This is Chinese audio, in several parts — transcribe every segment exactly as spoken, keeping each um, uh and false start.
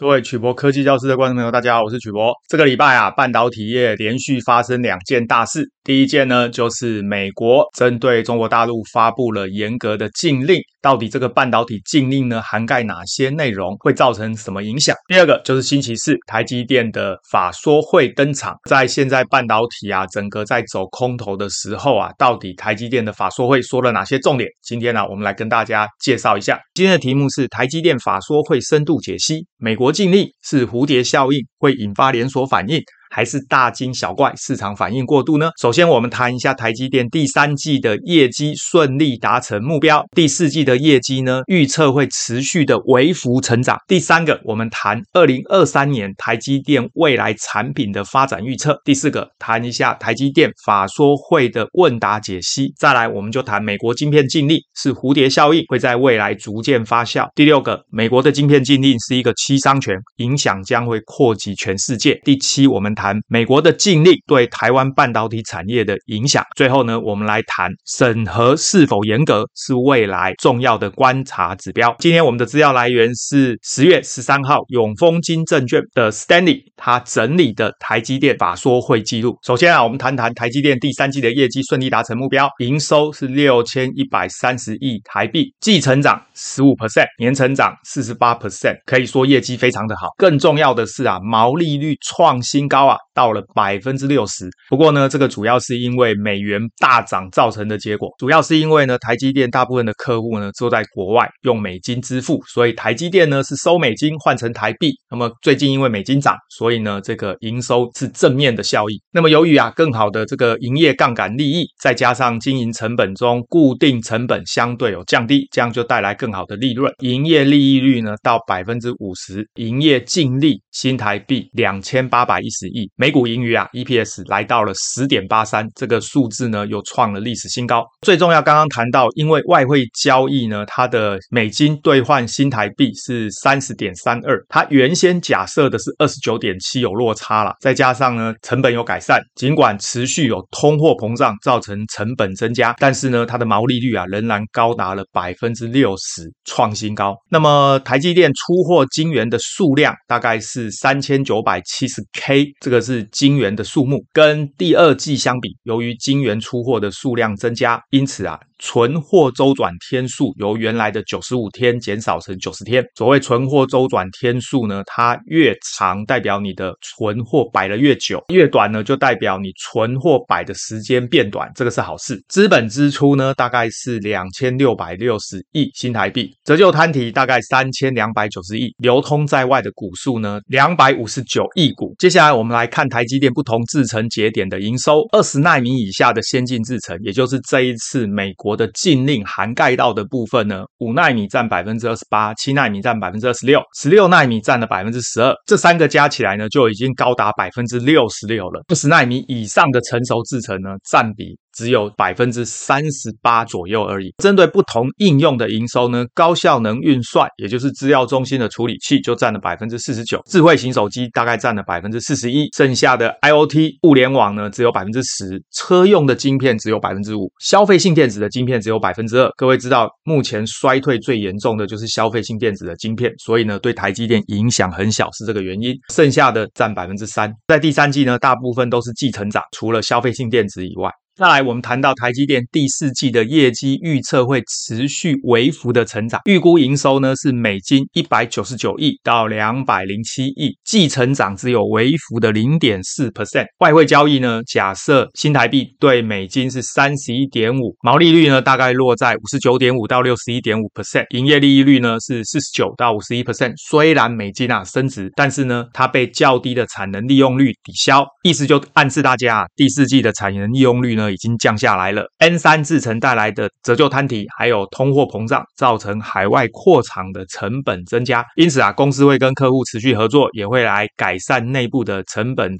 各位曲博科技教室的观众朋友，大家好，我是曲博。这个礼拜啊，半导体业连续发生两件大事。第一件呢，就是美国针对中国大陆发布了严格的禁令。到底这个半导体禁令呢，涵盖哪些内容，会造成什么影响？第二个就是星期四，台积电的法说会登场。在现在半导体啊，整个在走空头的时候啊，到底台积电的法说会说了哪些重点？今天呢、啊，我们来跟大家介绍一下。今天的题目是台积电法说会深度解析，美国禁令是蝴蝶效应，会引发连锁反应，还是大惊小怪，市场反应过度呢？首先我们谈一下台积电第三季的业绩顺利达成目标，第四季的业绩呢，预测会持续的微幅成长。第三个，我们谈二零二三年台积电未来产品的发展预测。第四个，谈一下台积电法说会的问答解析。再来，我们就谈美国晶片禁令是蝴蝶效应，会在未来逐渐发酵。第六个，美国的晶片禁令是一个七伤拳，影响将会扩及全世界。第七，我们谈美国的禁令对台湾半导体产业的影响。最后呢，我们来谈审核是否严格是未来重要的观察指标。今天我们的资料来源是十月十三号永丰金证券的 Stanley 他整理的台积电法说会记录。首先啊，我们谈谈台积电第三季的业绩顺利达成目标，营收是六千一百三十亿台币，季成长 百分之十五， 年成长 百分之四十八， 可以说业绩非常的好。更重要的是啊，毛利率创新高啊，到了 百分之六十。 不过呢，这个主要是因为美元大涨造成的结果，主要是因为呢，台积电大部分的客户呢都在国外用美金支付，所以台积电呢是收美金换成台币。那么最近因为美金涨，所以呢这个营收是正面的效益。那么由于啊更好的这个营业杠杆利益，再加上经营成本中固定成本相对有降低，这样就带来更好的利润。营业利益率呢到 百分之五十， 营业净利新台币两千八百一十亿，每股盈余啊 E P S 来到了 十点八三， 这个数字呢又创了历史新高。最重要刚刚谈到，因为外汇交易呢，它的美金兑换新台币是 三十点三二， 它原先假设的是 二十九点七， 有落差啦，再加上呢成本有改善，尽管持续有通货膨胀造成成本增加，但是呢它的毛利率啊仍然高达了 百分之六十， 创新高。那么台积电出货晶圆的数量大概是 三千九百七十 K， 这个是晶圆的数目，跟第二季相比，由于晶圆出货的数量增加，因此啊存货周转天数由原来的九十五天减少成九十天。所谓存货周转天数呢，它越长代表你的存货摆得越久，越短呢就代表你存货摆的时间变短，这个是好事。资本支出呢大概是两千六百六十亿新台币，折旧摊提大概三千两百九十亿，流通在外的股数呢两百五十九亿股。接下来我们来看台积电不同制程节点的营收，二十奈米以下的先进制程，也就是这一次美国的禁令涵盖到的部分呢，五奈米占 百分之二十八， 七奈米占 百分之二十六， 十六奈米占了 百分之十二， 这三个加起来呢就已经高达 百分之六十六 了。二十奈米以上的成熟制程呢占比只有 百分之三十八 左右而已。针对不同应用的营收呢，高效能运算也就是资料中心的处理器就占了 百分之四十九， 智慧型手机大概占了 百分之四十一， 剩下的 I O T 物联网呢只有 百分之十， 车用的晶片只有 百分之五， 消费性电子的晶片只有 百分之二。 各位知道目前衰退最严重的就是消费性电子的晶片，所以呢对台积电影响很小是这个原因，剩下的占 百分之三。 在第三季呢大部分都是季成长，除了消费性电子以外。再来我们谈到台积电第四季的业绩预测会持续微幅的成长，预估营收呢是美金一百九十九亿到两百零七亿，季成长只有微幅的 零点四。 外汇交易呢假设新台币对美金是 三十一点五， 毛利率呢大概落在 五十九点五到 六十一点五， 营业利益率呢是 四十九到五十一。 虽然美金啊升值，但是呢它被较低的产能利用率抵消，意思就暗示大家啊第四季的产能利用率呢已经降下来了。 N 三 制程带来的折旧摊提还有通货膨胀造成海外扩厂的成本增加，因此啊公司会跟客户持续合作，也会来改善内部的成本结构。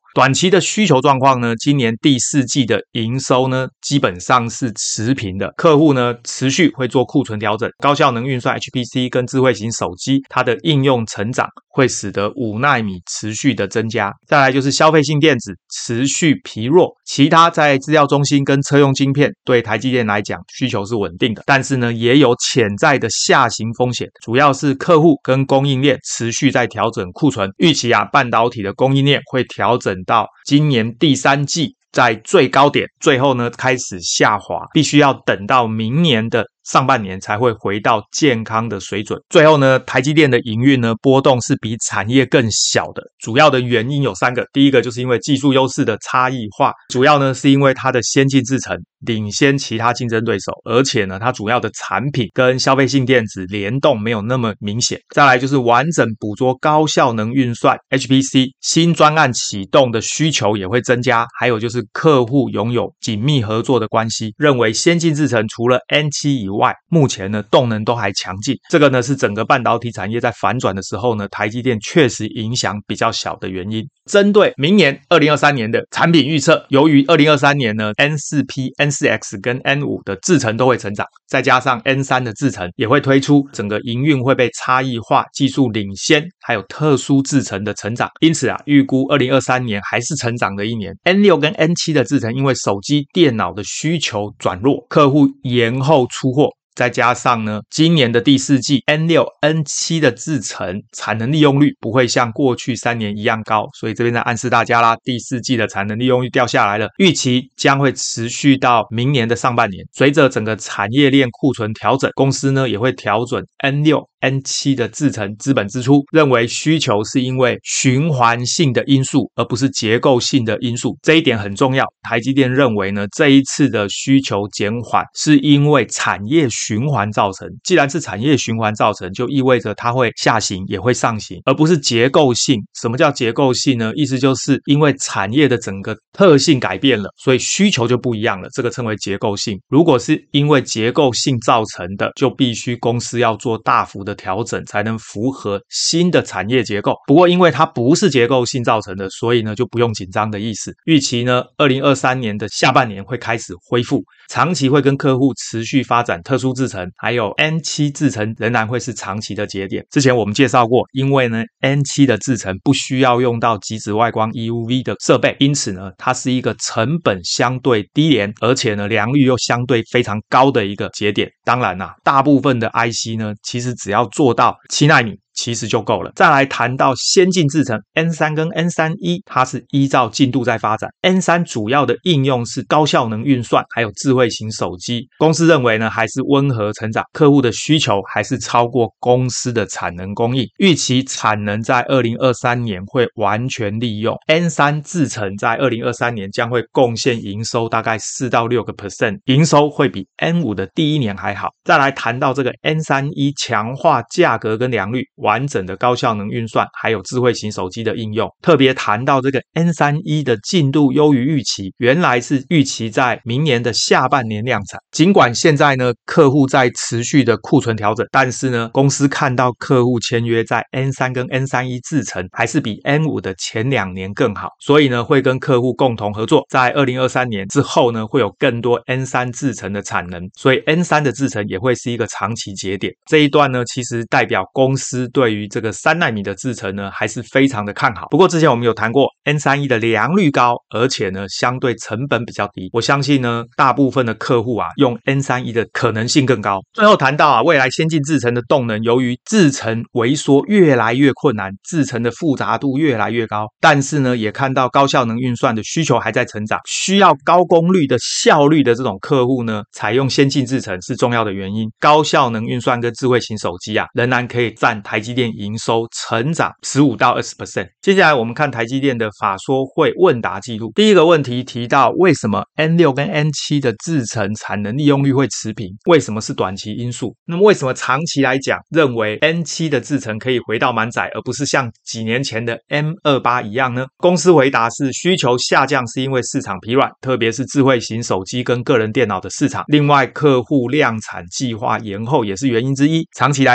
短期的需求状况呢，今年第四季的营收呢，基本上是持平的。客户呢持续会做库存调整，高效能运算 H P C 跟智慧型手机，它的应用成长会使得五奈米持续的增加。再来就是消费性电子持续疲弱，其他在资料中心跟车用晶片对台积电来讲需求是稳定的，但是呢也有潜在的下行风险，主要是客户跟供应链持续在调整库存，预期啊半导体的供应链会调整到今年第三季在最高点，最后呢开始下滑，必须要等到明年的上半年才会回到健康的水准。最后呢，台积电的营运呢波动是比产业更小的，主要的原因有三个。第一个就是因为技术优势的差异化，主要呢是因为它的先进制程领先其他竞争对手，而且呢它主要的产品跟消费性电子联动没有那么明显。再来就是完整捕捉高效能运算 H P C 新专案启动的需求也会增加，还有就是客户拥有紧密合作的关系，认为先进制程除了 N 七 以外，目前呢动能都还强劲。这个呢是整个半导体产业在反转的时候呢，台积电确实影响比较小的原因。针对明年二零二三年的产品预测，由于二零二三年呢 N 四 P、N 四 X 跟 N 五 的制程都会成长，再加上 N 三 的制程也会推出，整个营运会被差异化、技术领先还有特殊制程的成长。因此啊，预估二零二三年还是成长的一年。 N 六 跟 N 七 的制程因为手机电脑的需求转弱，客户延后出货，再加上呢，今年的第四季 N 六、N 七 的制程产能利用率不会像过去三年一样高，所以这边在暗示大家啦，第四季的产能利用率掉下来了，预期将会持续到明年的上半年。随着整个产业链库存调整，公司呢也会调整 N 六、N 七 的制程资本支出，认为需求是因为循环性的因素，而不是结构性的因素，这一点很重要。台积电认为呢，这一次的需求减缓是因为产业循环造成，既然是产业循环造成，就意味着它会下行也会上行，而不是结构性。什么叫结构性呢？意思就是因为产业的整个特性改变了，所以需求就不一样了，这个称为结构性。如果是因为结构性造成的，就必须公司要做大幅的调整才能符合新的产业结构。不过因为它不是结构性造成的，所以呢就不用紧张的意思。预期呢二零二三年的下半年会开始恢复，长期会跟客户持续发展特殊制程，还有 N 七 制程仍然会是长期的节点。之前我们介绍过，因为呢 N 七 的制程不需要用到极紫外光 E U V 的设备，因此呢它是一个成本相对低廉，而且呢良率又相对非常高的一个节点。当然啦，大部分的 I C 呢其实只要做到七奈米其实就够了。再来谈到先进制程 N 三 跟 N 三 E， 它是依照进度在发展。 N 三 主要的应用是高效能运算还有智慧型手机，公司认为呢还是温和成长，客户的需求还是超过公司的产能供应，预期产能在二零二三年会完全利用。 N 三 制程在二零二三年将会贡献营收大概 百分之四到百分之六， 营收会比 N 五 的第一年还好。再来谈到这个 N 三 E 强化价格跟良率，完整的高效能运算还有智慧型手机的应用，特别谈到这个 N 三 E 的进度优于预期，原来是预期在明年的下半年量产。尽管现在呢客户在持续的库存调整，但是呢公司看到客户签约在 N 三 跟 N 三 E 制程还是比 N 五 的前两年更好，所以呢会跟客户共同合作，在二零二三年之后呢会有更多 N 三 制程的产能，所以 N 三 的制程也会是一个长期节点。这一段呢其实代表公司对于这个三奈米的制程呢还是非常的看好。不过之前我们有谈过 N 三 E 的良率高，而且呢相对成本比较低，我相信呢大部分的客户啊用 N 三 E 的可能性更高。最后谈到啊未来先进制程的动能，由于制程萎缩越来越困难，制程的复杂度越来越高，但是呢也看到高效能运算的需求还在成长，需要高功率的效率的这种客户呢采用先进制程是重要的原因。高效能运算跟智慧型手机啊仍然可以占台积电营收成长 百分之十五到百分之二十。 接下来我们看台积电的法说会问答记录。第一个问题提到为什么 N 六 跟 N 七 的制程产能利用率会持平，为什么是短期因素？那么为什么长期来讲认为 N 七 的制程可以回到满载，而不是像几年前的 M 二十八 一样呢？公司回答是需求下降是因为市场疲软，特别是智慧型手机跟个人电脑的市场，另外客户量产计划延后也是原因之一。长期来看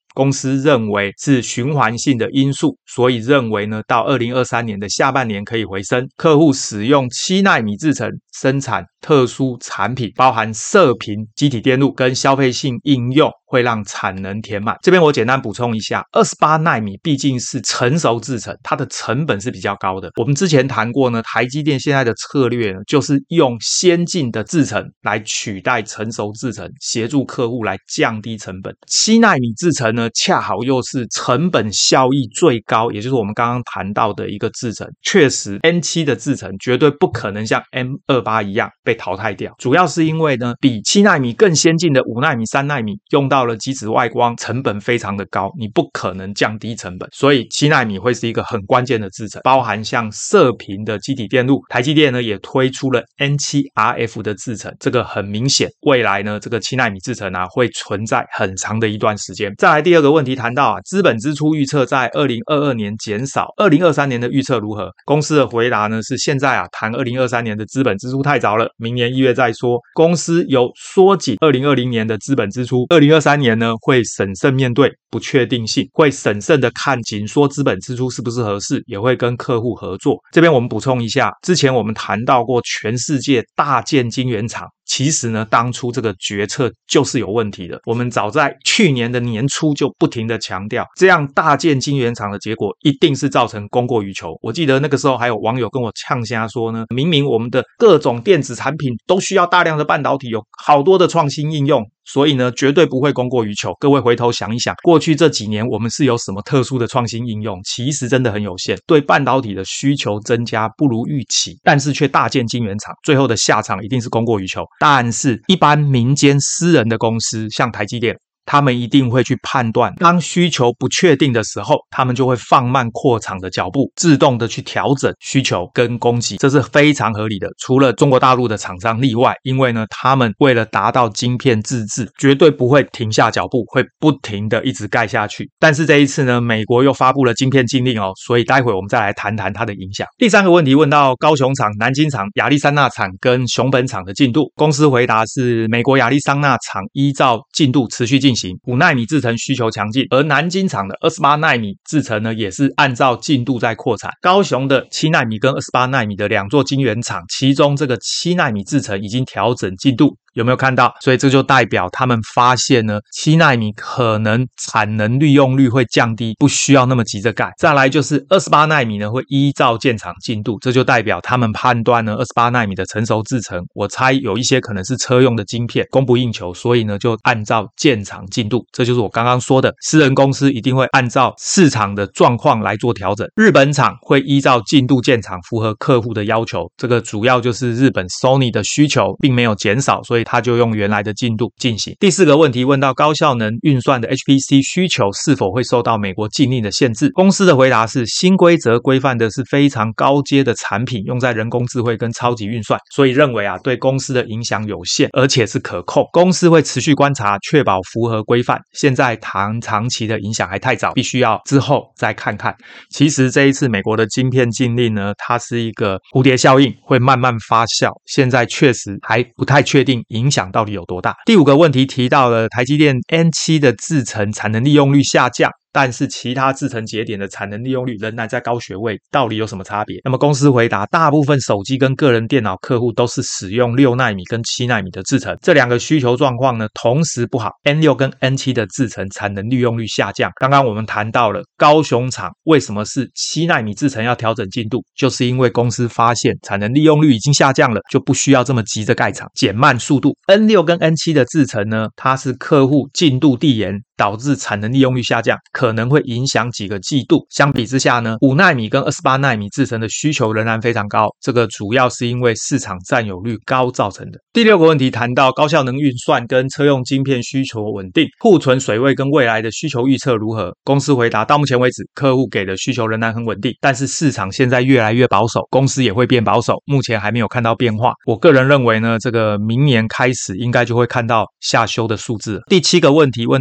公司认为是循环性的因素，所以认为呢，到二零二三年的下半年可以回升。客户使用七奈米制程生产特殊产品，包含射频、机体电路跟消费性应用，会让产能填满。这边我简单补充一下，二十八奈米毕竟是成熟制程，它的成本是比较高的。我们之前谈过呢，台积电现在的策略呢，就是用先进的制程来取代成熟制程，协助客户来降低成本。七奈米制程呢，恰好又是成本效益最高，也就是我们刚刚谈到的一个制程。确实 N 七 的制程绝对不可能像 M 二十八 一样被淘汰掉，主要是因为呢，比七奈米更先进的五奈米、三奈米用到了机子外光，成本非常的高，你不可能降低成本，所以七奈米会是一个很关键的制程，包含像射频的基体电路，台积电呢也推出了 N 七 R F 的制程，这个很明显，未来呢这个七奈米制程啊会存在很长的一段时间。再来第二个问题谈到啊，资本支出预测在二零二二年减少，二零二三年的预测如何？公司的回答呢是现在啊谈二零二三年的资本支出太早了，明年一月再说。公司有缩紧二零二零年的资本支出，二零二三年呢会审慎面对不确定性，会审慎的看紧缩资本支出是不是合适，也会跟客户合作。这边我们补充一下，之前我们谈到过全世界大建晶圆厂，其实呢当初这个决策就是有问题的，我们早在去年的年初就不停的强调，这样大建晶圆厂的结果一定是造成供过于求。我记得那个时候还有网友跟我呛瞎说呢，明明我们的各种电子产品都需要大量的半导体，有好多的创新应用，所以呢绝对不会供过于求。各位回头想一想，过去这几年我们是有什么特殊的创新应用？其实真的很有限，对半导体的需求增加不如预期，但是却大建晶圆厂，最后的下场一定是供过于求。但是一般民间私人的公司，像台积电，他们一定会去判断，当需求不确定的时候，他们就会放慢扩厂的脚步，自动的去调整需求跟供给，这是非常合理的。除了中国大陆的厂商例外，因为呢，他们为了达到晶片自制，绝对不会停下脚步，会不停的一直盖下去。但是这一次呢，美国又发布了晶片禁令哦，所以待会我们再来谈谈它的影响。第三个问题问到高雄厂、南京厂、亚利桑那厂跟熊本厂的进度，公司回答是美国亚利桑那厂依照进度持续进行，五奈米制程需求强劲，而南京厂的二十八奈米制程呢也是按照进度在扩产。高雄的七奈米跟二十八奈米的两座晶圆厂，其中这个七奈米制程已经调整进度，有没有看到？所以这就代表他们发现呢，七奈米可能产能利用率会降低，不需要那么急着盖。再来就是二十八奈米呢会依照建厂进度，这就代表他们判断呢二十八奈米的成熟制程，我猜有一些可能是车用的晶片供不应求，所以呢就按照建厂进度。这就是我刚刚说的，私人公司一定会按照市场的状况来做调整。日本厂会依照进度建厂，符合客户的要求，这个主要就是日本 Sony 的需求并没有减少，所以他就用原来的进度进行。第四个问题问到高效能运算的 H P C 需求是否会受到美国禁令的限制，公司的回答是新规则规范的是非常高阶的产品，用在人工智慧跟超级运算，所以认为啊对公司的影响有限，而且是可控。公司会持续观察，确保符合规范，现在谈长期的影响还太早，必须要之后再看看。其实这一次美国的晶片禁令呢，它是一个蝴蝶效应，会慢慢发酵，现在确实还不太确定影响到底有多大。第五个问题提到了台积电 N 七 的制程产能利用率下降，但是其他制程节点的产能利用率仍然在高学位，到底有什么差别？那么公司回答，大部分手机跟个人电脑客户都是使用六奈米跟七奈米的制程，这两个需求状况呢同时不好， N 六 跟 N 七 的制程产能利用率下降。刚刚我们谈到了高雄厂为什么是七奈米制程要调整进度，就是因为公司发现产能利用率已经下降了，就不需要这么急着盖厂，减慢速度。 N 六 跟 N 七 的制程呢，它是客户进度递延导致产能利用率下降，可能会影响几个季度。相比之下呢，五奈米跟二十八奈米制程的需求仍然非常高，这个主要是因为市场占有率高造成的。第六个问题谈到高效能运算跟车用晶片需求稳定，库存水位跟未来的需求预测如何？公司回答，到目前为止客户给的需求仍然很稳定，但是市场现在越来越保守，公司也会变保守，目前还没有看到变化。我个人认为呢，这个明年开始应该就会看到下修的数字。第七个问题问到预期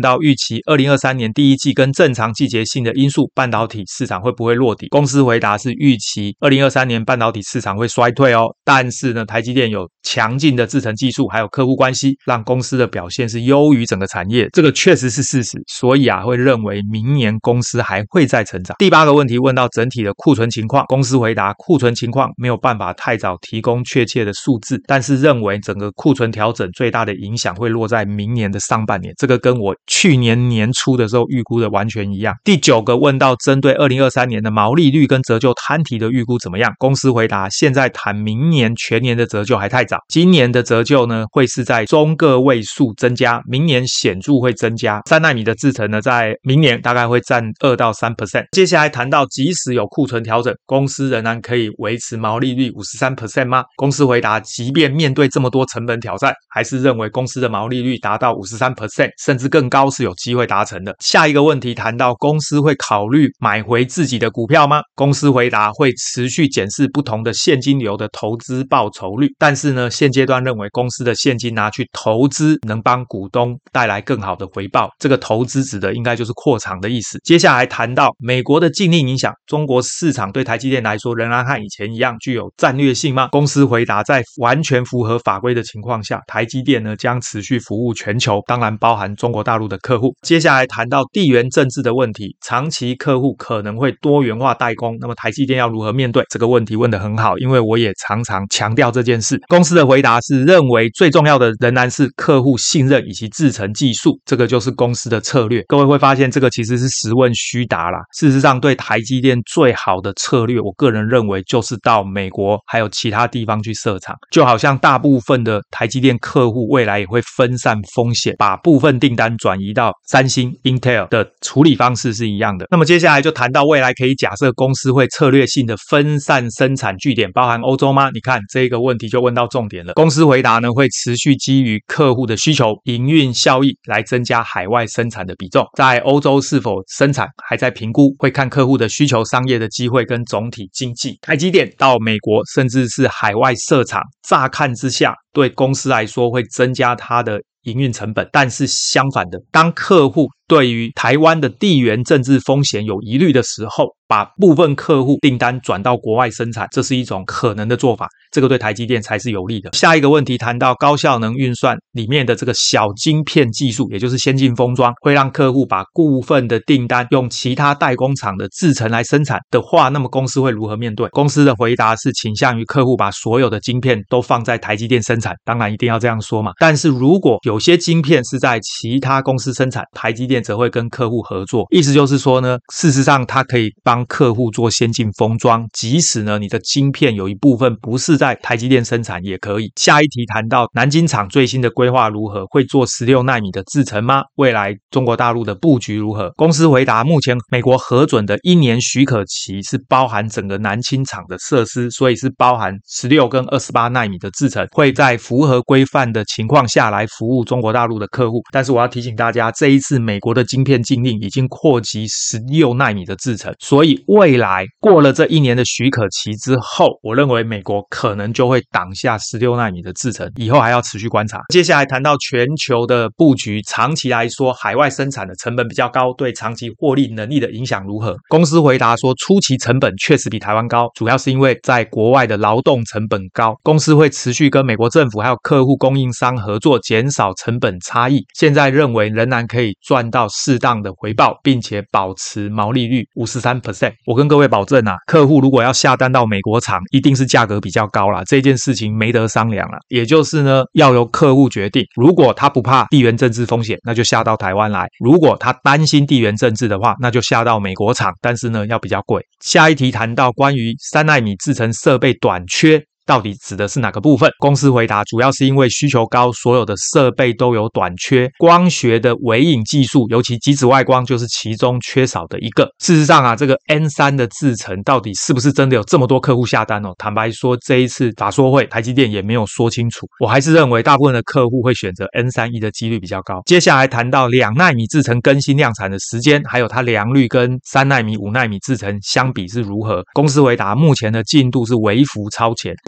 期二零二三年第一季跟正常季节性的因素，半导体市场会不会落底？公司回答是预期二零二三年半导体市场会衰退哦，但是呢，台积电有强劲的制程技术还有客户关系，让公司的表现是优于整个产业，这个确实是事实，所以啊，会认为明年公司还会再成长。第八个问题问到整体的库存情况，公司回答库存情况没有办法太早提供确切的数字，但是认为整个库存调整最大的影响会落在明年的上半年，这个跟我去年年初的时候预估的完全一样。第九个问到针对二零二三年的毛利率跟折旧摊提的预估怎么样，公司回答现在谈明年全年的折旧还太早，今年的折旧呢会是在中个位数增加，明年显著会增加，三奈米的制程呢在明年大概会占 百分之二到三。接下来谈到即使有库存调整，公司仍然可以维持毛利率 百分之五十三 吗？公司回答即便面对这么多成本挑战，还是认为公司的毛利率达到 百分之五十三 甚至更高是有机会达成的。下一个问题谈到公司会考虑买回自己的股票吗？公司回答会持续检视不同的现金流的投资报酬率，但是呢现阶段认为公司的现金拿去投资能帮股东带来更好的回报，这个投资指的应该就是扩厂的意思。接下来谈到美国的禁令影响，中国市场对台积电来说仍然和以前一样具有战略性吗？公司回答在完全符合法规的情况下，台积电呢将持续服务全球，当然包含中国大陆的客户。接下来谈到地缘政治的问题，长期客户可能会多元化代工，那么台积电要如何面对？这个问题问得很好，因为我也常常强调这件事。公司的回答是认为最重要的仍然是客户信任以及制程技术，这个就是公司的策略。各位会发现这个其实是实问虚答啦。事实上对台积电最好的策略，我个人认为就是到美国还有其他地方去设厂，就好像大部分的台积电客户未来也会分散风险，把部分订单转移到三星 Intel 的处理方式是一样的。那么接下来就谈到未来可以假设公司会策略性的分散生产据点，包含欧洲吗？你看这个问题就问到重点了。公司回答呢会持续基于客户的需求、营运效益来增加海外生产的比重，在欧洲是否生产还在评估，会看客户的需求、商业的机会跟总体经济。台积电到美国甚至是海外设厂，乍看之下对公司来说会增加它的营运成本，但是相反的，当客户对于台湾的地缘政治风险有疑虑的时候，把部分客户订单转到国外生产，这是一种可能的做法，这个对台积电才是有利的。下一个问题谈到高效能运算里面的这个小晶片技术，也就是先进封装，会让客户把部分的订单用其他代工厂的制程来生产的话，那么公司会如何面对？公司的回答是倾向于客户把所有的晶片都放在台积电生产，当然一定要这样说嘛。但是如果有些晶片是在其他公司生产，台积电则会跟客户合作，意思就是说呢，事实上它可以帮客户做先进封装，即使呢你的晶片有一部分不是在台积电生产也可以。下一题谈到南京厂最新的规划如何，会做十六奈米的制程吗？未来中国大陆的布局如何？公司回答目前美国核准的一年许可期是包含整个南京厂的设施，所以是包含十六跟二十八奈米的制程，会在符合规范的情况下来服务中国大陆的客户。但是我要提醒大家，这一次美国的晶片禁令已经扩及十六奈米的制程，所以未来过了这一年的许可期之后，我认为美国可能就会挡下十六奈米的制程，以后还要持续观察。接下来谈到全球的布局，长期来说海外生产的成本比较高，对长期获利能力的影响如何？公司回答说，初期成本确实比台湾高，主要是因为在国外的劳动成本高，公司会持续跟美国政府还有客户供应商合作，减少成本差异。现在认为仍然可以赚到适当的回报，并且保持毛利率 百分之五十三。我跟各位保证啊，客户如果要下单到美国厂，一定是价格比较高啦，这件事情没得商量啦。也就是呢，要由客户决定，如果他不怕地缘政治风险，那就下到台湾来；如果他担心地缘政治的话，那就下到美国厂，但是呢要比较贵。下一题谈到关于三奈米制程设备短缺，到底指的是哪个部分？公司回答，主要是因为需求高，所有的设备都有短缺，光学的微影技术，尤其极紫外光就是其中缺少的一个。事实上啊，这个 N 三 的制程到底是不是真的有这么多客户下单哦？坦白说，这一次法说会台积电也没有说清楚，我还是认为大部分的客户会选择 N 三 E 的几率比较高。接下来谈到两奈米制程更新量产的时间，还有它良率跟三奈米、五奈米制程相比是如何？公司回答，目前的进度是微幅超前，不过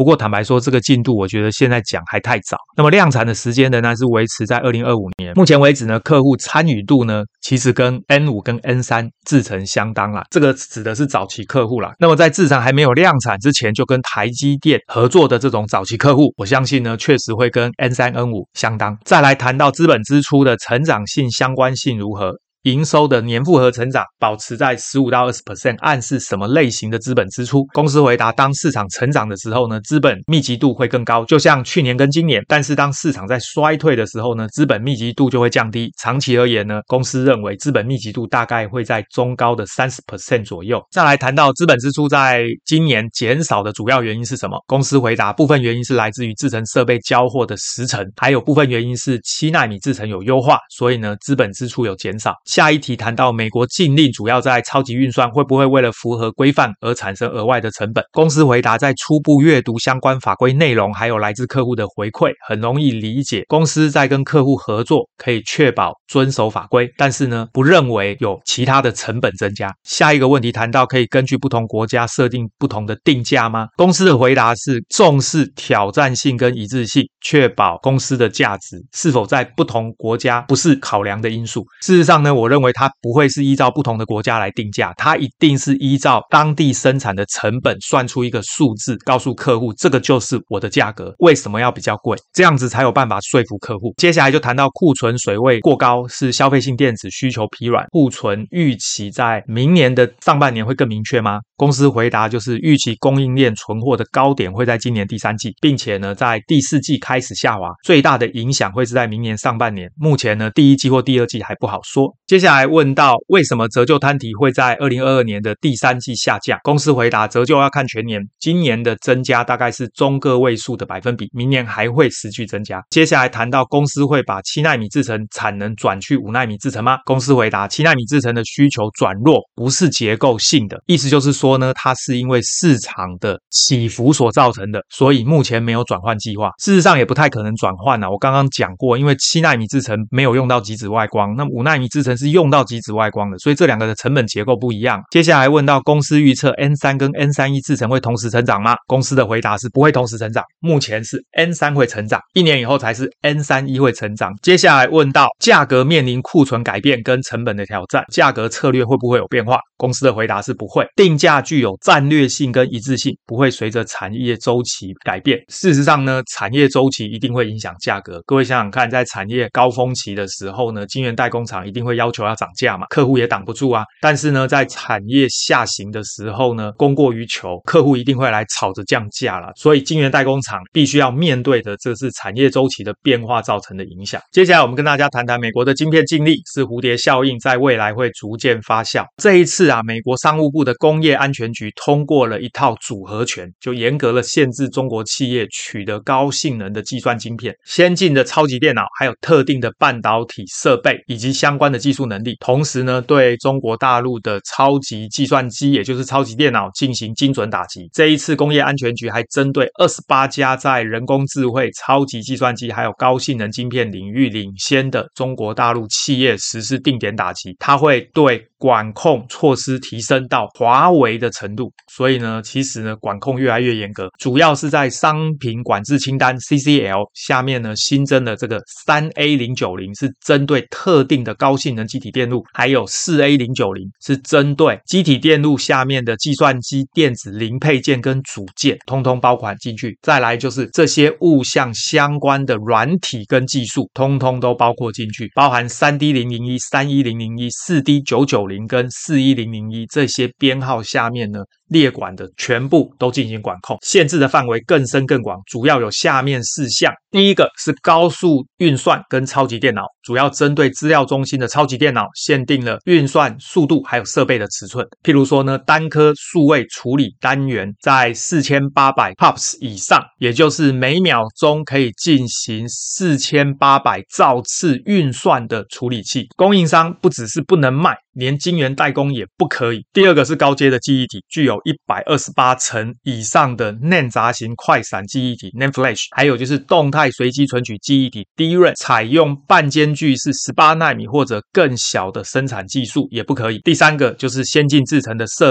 过坦白说，这个进度我觉得现在讲还太早。那么量产的时间仍然是维持在二零二五年。目前为止呢，客户参与度呢，其实跟 N 五 跟 N 三 制程相当啦，这个指的是早期客户啦。那么在制程还没有量产之前，就跟台积电合作的这种早期客户，我相信呢，确实会跟 N 三 N 五 相当。再来谈到资本支出的成长性相关性如何？营收的年复合成长保持在 百分之十五到二十 暗示什么类型的资本支出？公司回答，当市场成长的时候呢，资本密集度会更高，就像去年跟今年。但是当市场在衰退的时候呢，资本密集度就会降低。长期而言呢，公司认为资本密集度大概会在中高的 百分之三十 左右。再来谈到资本支出在今年减少的主要原因是什么？公司回答，部分原因是来自于制程设备交货的时程，还有部分原因是七奈米制程有优化，所以呢，资本支出有减少。下一题谈到美国禁令主要在超级运算，会不会为了符合规范而产生额外的成本？公司回答，在初步阅读相关法规内容，还有来自客户的回馈，很容易理解公司在跟客户合作可以确保遵守法规，但是呢，不认为有其他的成本增加。下一个问题谈到可以根据不同国家设定不同的定价吗？公司的回答是重视挑战性跟一致性，确保公司的价值是否在不同国家不是考量的因素。事实上呢，我认为它不会是依照不同的国家来定价，它一定是依照当地生产的成本算出一个数字，告诉客户这个就是我的价格，为什么要比较贵，这样子才有办法说服客户。接下来就谈到库存水位过高是消费性电子需求疲软，库存预期在明年的上半年会更明确吗？公司回答就是预期供应链存货的高点会在今年第三季，并且呢在第四季开始下滑，最大的影响会是在明年上半年。目前呢第一季或第二季还不好说。接下来问到为什么折旧摊提会在二零二二年的第三季下降？公司回答，折旧要看全年，今年的增加大概是中个位数的百分比，明年还会持续增加。接下来谈到公司会把七奈米制程产能转去五奈米制程吗？公司回答，七奈米制程的需求转弱不是结构性的，意思就是说呢，它是因为市场的起伏所造成的，所以目前没有转换计划。事实上也不太可能转换啊，我刚刚讲过，因为七奈米制程没有用到极紫外光，那五奈米制程是用到极紫外光的，所以这两个的成本结构不一样。接下来问到公司预测 N 三 跟 N 三 一 制程会同时成长吗？公司的回答是不会同时成长，目前是 N 三 会成长，一年以后才是 N 三 一 会成长。接下来问到价格面临库存改变跟成本的挑战，价格策略会不会有变化？公司的回答是不会，定价具有战略性跟一致性，不会随着产业周期改变。事实上呢，产业周期一定会影响价格。各位想想看，在产业高峰期的时候呢，晶圆代工厂一定会要求要涨价嘛，客户也挡不住啊。但是呢，在产业下行的时候呢，供过于求，客户一定会来吵着降价啦。所以晶圆代工厂必须要面对的，这是产业周期的变化造成的影响。接下来我们跟大家谈谈美国的晶片禁令是蝴蝶效应，在未来会逐渐发酵。这一次啊，美国商务部的工业安全局通过了一套组合拳，就严格了限制中国企业取得高性能的计算晶片、先进的超级电脑，还有特定的半导体设备以及相关的技术能力。同时呢，对中国大陆的超级计算机，也就是超级电脑进行精准打击。这一次工业安全局还针对二十八家在人工智慧、超级计算机还有高性能晶片领域领先的中国大陆企业实施定点打击，它会对管控措施提升到华为的程度。所以呢，其实呢，管控越来越严格，主要是在商品管制清单 C C L 下面呢新增了这个 三 A 零九零， 是针对特定的高性能机体电路，还有 四 A 零九零 是针对机体电路下面的计算机电子零配件跟组件，通通包含进去。再来就是这些物项相关的软体跟技术，通通都包括进去，包含 三 D 零零一、三 一零零一、四 D 九九零跟四一零零一这些编号下面呢列管的全部都进行管控，限制的范围更深更广，主要有下面四项。第一个是高速运算跟超级电脑，主要针对资料中心的超级电脑限定了运算速度还有设备的尺寸。譬如说呢，单颗数位处理单元在四千八百 P O P S 以上，也就是每秒钟可以进行四千八百兆次运算的处理器，供应商不只是不能卖，连晶圆代工也不可以。第二个是高阶的记忆体，具有一百二十八层以上的 N A N D 杂型快闪记忆体 N A N D Flash， 还有就是动态随机存取记忆体 D RAM， 采用半间距是十八奈米或者更小的生产技术也不可以。第三个就是先进制程的设备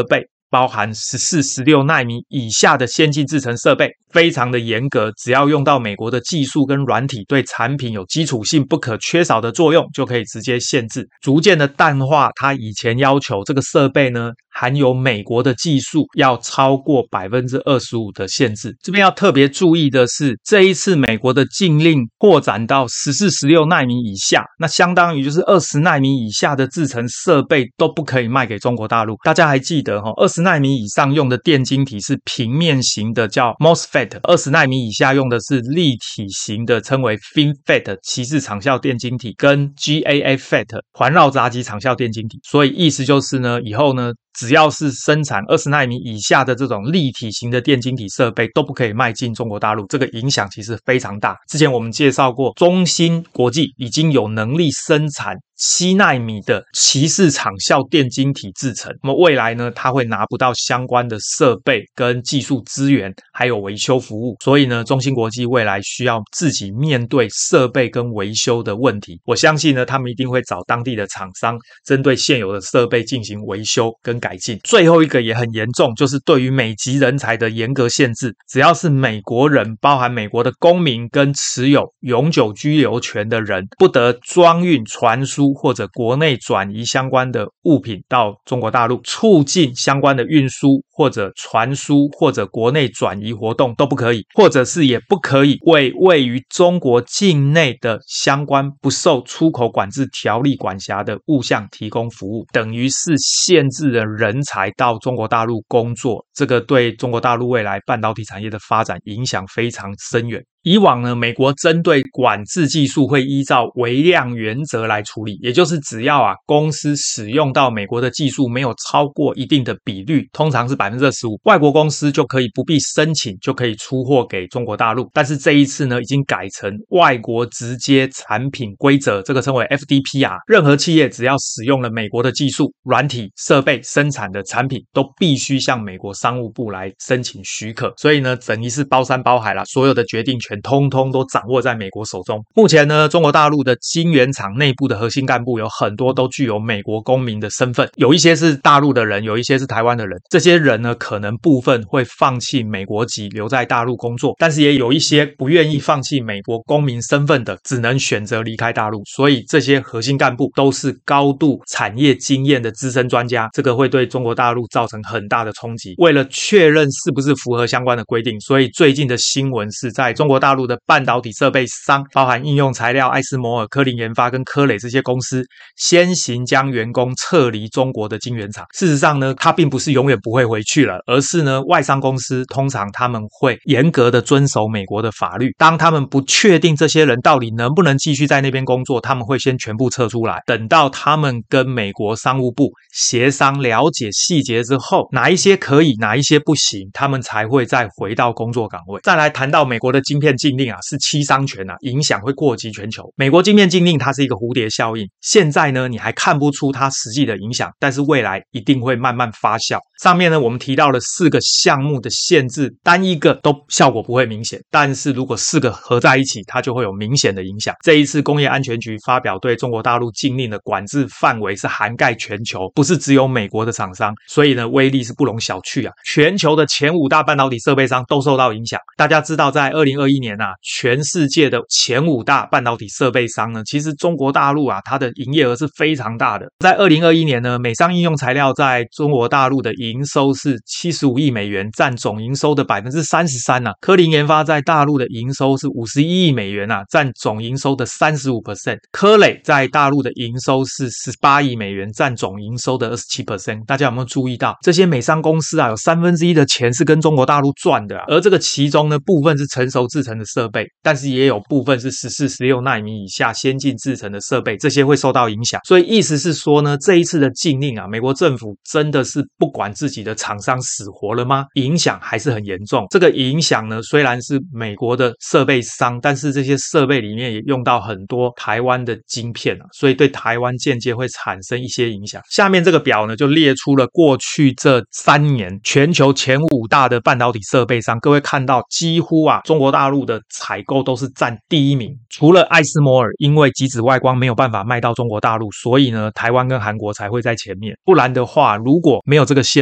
包含十四、十六奈米以下的先进制程设备，非常的严格，只要用到美国的技术跟软体，对产品有基础性不可缺少的作用，就可以直接限制，逐渐的淡化它以前要求这个设备呢含有美国的技术要超过 百分之二十五 的限制。这边要特别注意的是，这一次美国的禁令扩展到十四、十六奈米以下，那相当于就是二十奈米以下的制程设备都不可以卖给中国大陆。大家还记得齁，二十奈米以上用的电晶体是平面型的叫 MOSFET， 二十奈米以下用的是立体型的称为 FinFET 旗帜场效电晶体跟 G A A FET 环绕杂极场效电晶体。所以意思就是呢，以后呢只要是生产二十奈米以下的这种立体型的电晶体设备都不可以卖进中国大陆，这个影响其实非常大。之前我们介绍过，中芯国际已经有能力生产七奈米的旗势场效电晶体制程，那么未来呢，它会拿不到相关的设备跟技术资源，还有维修服务，所以呢，中芯国际未来需要自己面对设备跟维修的问题。我相信呢，他们一定会找当地的厂商，针对现有的设备进行维修跟改进。最后一个也很严重，就是对于美籍人才的严格限制，只要是美国人，包含美国的公民跟持有永久居留权的人，不得装运、传输或者国内转移相关的物品到中国大陆，促进相关的运输或者传输或者国内转移活动都不可以，或者是也不可以为位于中国境内的相关不受出口管制条例管辖的物项提供服务，等于是限制了人才到中国大陆工作，这个对中国大陆未来半导体产业的发展影响非常深远。以往呢，美国针对管制技术会依照微量原则来处理，也就是只要啊公司使用到美国的技术没有超过一定的比率，通常是 百分之二十五， 外国公司就可以不必申请就可以出货给中国大陆。但是这一次呢，已经改成外国直接产品规则，这个称为 F D P R， 任何企业只要使用了美国的技术、软体、设备生产的产品，都必须向美国商务部来申请许可。所以呢，等于是包山包海啦，所有的决定权通通都掌握在美国手中。目前呢，中国大陆的晶圆厂内部的核心干部有很多都具有美国公民的身份，有一些是大陆的人，有一些是台湾的人。这些人呢，可能部分会放弃美国籍留在大陆工作，但是也有一些不愿意放弃美国公民身份的，只能选择离开大陆。所以这些核心干部都是高度产业经验的资深专家，这个会对中国大陆造成很大的冲击。为了确认是不是符合相关的规定，所以最近的新闻是在中国大陆的半导体设备商，包含应用材料、艾斯摩尔、科林研发跟科磊这些公司，先行将员工撤离中国的晶圆厂。事实上呢，它并不是永远不会回去了，而是呢，外商公司通常他们会严格的遵守美国的法律。当他们不确定这些人到底能不能继续在那边工作，他们会先全部撤出来，等到他们跟美国商务部协商了解细节之后，哪一些可以，哪一些不行，他们才会再回到工作岗位。再来谈到美国的晶片禁令啊，是七伤拳啊，影响会扩及全球。美国晶片禁令它是一个蝴蝶效应，现在呢你还看不出它实际的影响，但是未来一定会慢慢发酵。上面呢我们提到了四个项目的限制，单一个都效果不会明显，但是如果四个合在一起，它就会有明显的影响。这一次工业安全局发表对中国大陆禁令的管制范围是涵盖全球，不是只有美国的厂商，所以呢威力是不容小觑啊。全球的前五大半导体设备商都受到影响。大家知道在二零二一年啊，全世界的前五大半导体设备商呢，其实中国大陆啊它的营业额是非常大的。在二零二一年呢，美商应用材料在中国大陆的营收是七十五亿美元，占总营收的 百分之三十三 啊。科林研发在大陆的营收是五十一亿美元啊，占总营收的 百分之三十五。科磊在大陆的营收是十八亿美元，占总营收的 百分之二十七。 大家有没有注意到这些美商公司啊，有三分之一的钱是跟中国大陆赚的啊，而这个其中呢部分是成熟制程的设备，但是也有部分是十四、十六奈米以下先进制程的设备，这些会受到影响。所以意思是说呢，这一次的禁令啊，美国政府真的是不管自己的厂商死活了吗？影响还是很严重。这个影响呢，虽然是美国的设备商，但是这些设备里面也用到很多台湾的晶片啊，所以对台湾间接会产生一些影响。下面这个表呢，就列出了过去这三年全球前五大的半导体设备商，各位看到几乎啊，中国大陆的采购都是占第一名。除了艾斯摩尔因为极紫外光没有办法卖到中国大陆，所以呢，台湾跟韩国才会在前面。不然的话，如果没有这个限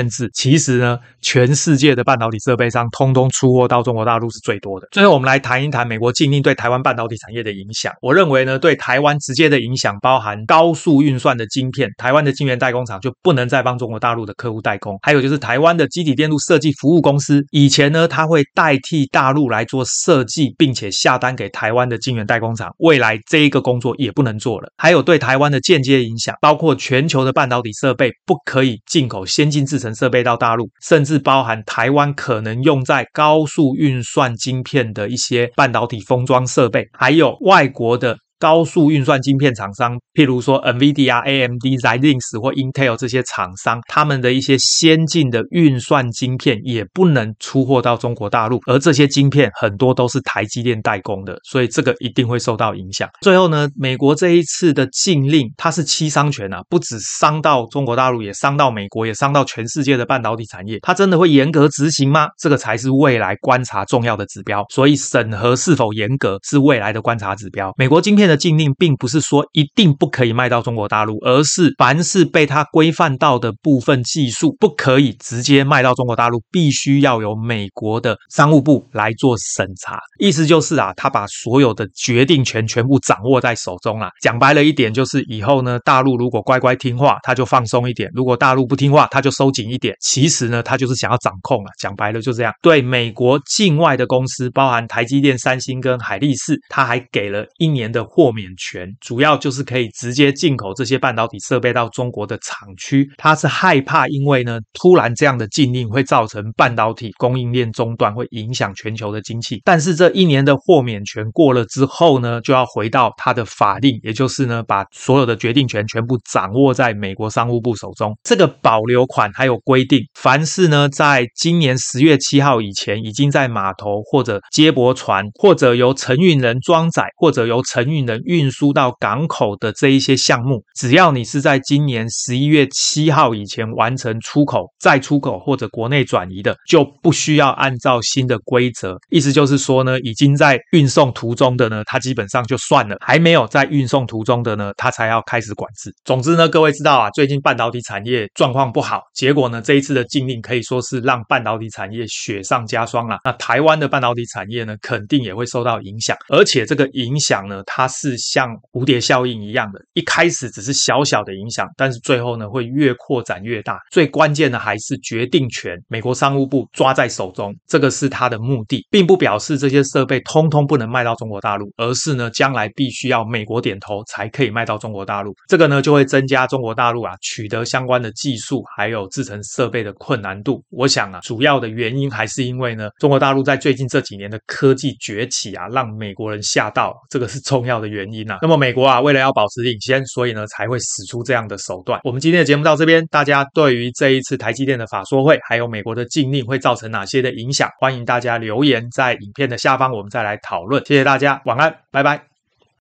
限制，其实呢，全世界的半导体设备商通通出货到中国大陆是最多的。最后我们来谈一谈美国禁令对台湾半导体产业的影响。我认为呢，对台湾直接的影响包含高速运算的晶片，台湾的晶圆代工厂就不能再帮中国大陆的客户代工。还有就是台湾的基体电路设计服务公司，以前呢，它会代替大陆来做设计，并且下单给台湾的晶圆代工厂，未来这一个工作也不能做了。还有对台湾的间接影响，包括全球的半导体设备不可以进口先进制程设备到大陆，甚至包含台湾可能用在高速运算晶片的一些半导体封装设备，还有外国的高速运算晶片厂商，譬如说 NVIDIA、A M D、Xilinx 或 Intel 这些厂商，他们的一些先进的运算晶片也不能出货到中国大陆，而这些晶片很多都是台积电代工的，所以这个一定会受到影响。最后呢，美国这一次的禁令，它是七伤拳啊，不只伤到中国大陆，也伤到美国，也伤到全世界的半导体产业。它真的会严格执行吗？这个才是未来观察重要的指标。所以审核是否严格是未来的观察指标。美国晶片的禁令并不是说一定不可以卖到中国大陆，而是凡是被它规范到的部分技术不可以直接卖到中国大陆，必须要由美国的商务部来做审查。意思就是啊，他把所有的决定权全部掌握在手中啦。讲白了一点，就是以后呢，大陆如果乖乖听话，他就放松一点；如果大陆不听话，他就收紧一点。其实呢，他就是想要掌控啊。讲白了就这样。对美国境外的公司，包含台积电、三星跟海力士，他还给了一年的豁免权，主要就是可以直接进口这些半导体设备到中国的厂区。他是害怕因为呢，突然这样的禁令会造成半导体供应链中断，会影响全球的经济。但是这一年的豁免权过了之后呢，就要回到他的法令，也就是呢，把所有的决定权全部掌握在美国商务部手中。这个保留款还有规定，凡是呢，在今年十月七号以前已经在码头或者接驳船，或者由承运人装载，或者由承运人运输到港口的这一些项目，只要你是在今年十一月七号以前完成出口、再出口或者国内转移的，就不需要按照新的规则。意思就是说呢，已经在运送途中的呢，它基本上就算了；还没有在运送途中的呢，它才要开始管制。总之呢，各位知道啊，最近半导体产业状况不好，结果呢，这一次的禁令可以说是让半导体产业雪上加霜啦。那台湾的半导体产业呢，肯定也会受到影响，而且这个影响呢，它是像蝴蝶效应一样的，一开始只是小小的影响，但是最后呢，会越扩展越大。最关键的还是决定权，美国商务部抓在手中，这个是它的目的，并不表示这些设备通通不能卖到中国大陆，而是呢，将来必须要美国点头才可以卖到中国大陆。这个呢，就会增加中国大陆啊取得相关的技术还有制程设备的困难度。我想啊，主要的原因还是因为呢，中国大陆在最近这几年的科技崛起啊，让美国人吓到，这个是重要的原因啊。那么美国啊，为了要保持领先，所以呢才会使出这样的手段。我们今天的节目到这边，大家对于这一次台积电的法说会，还有美国的禁令会造成哪些的影响，欢迎大家留言在影片的下方，我们再来讨论。谢谢大家，晚安，拜拜。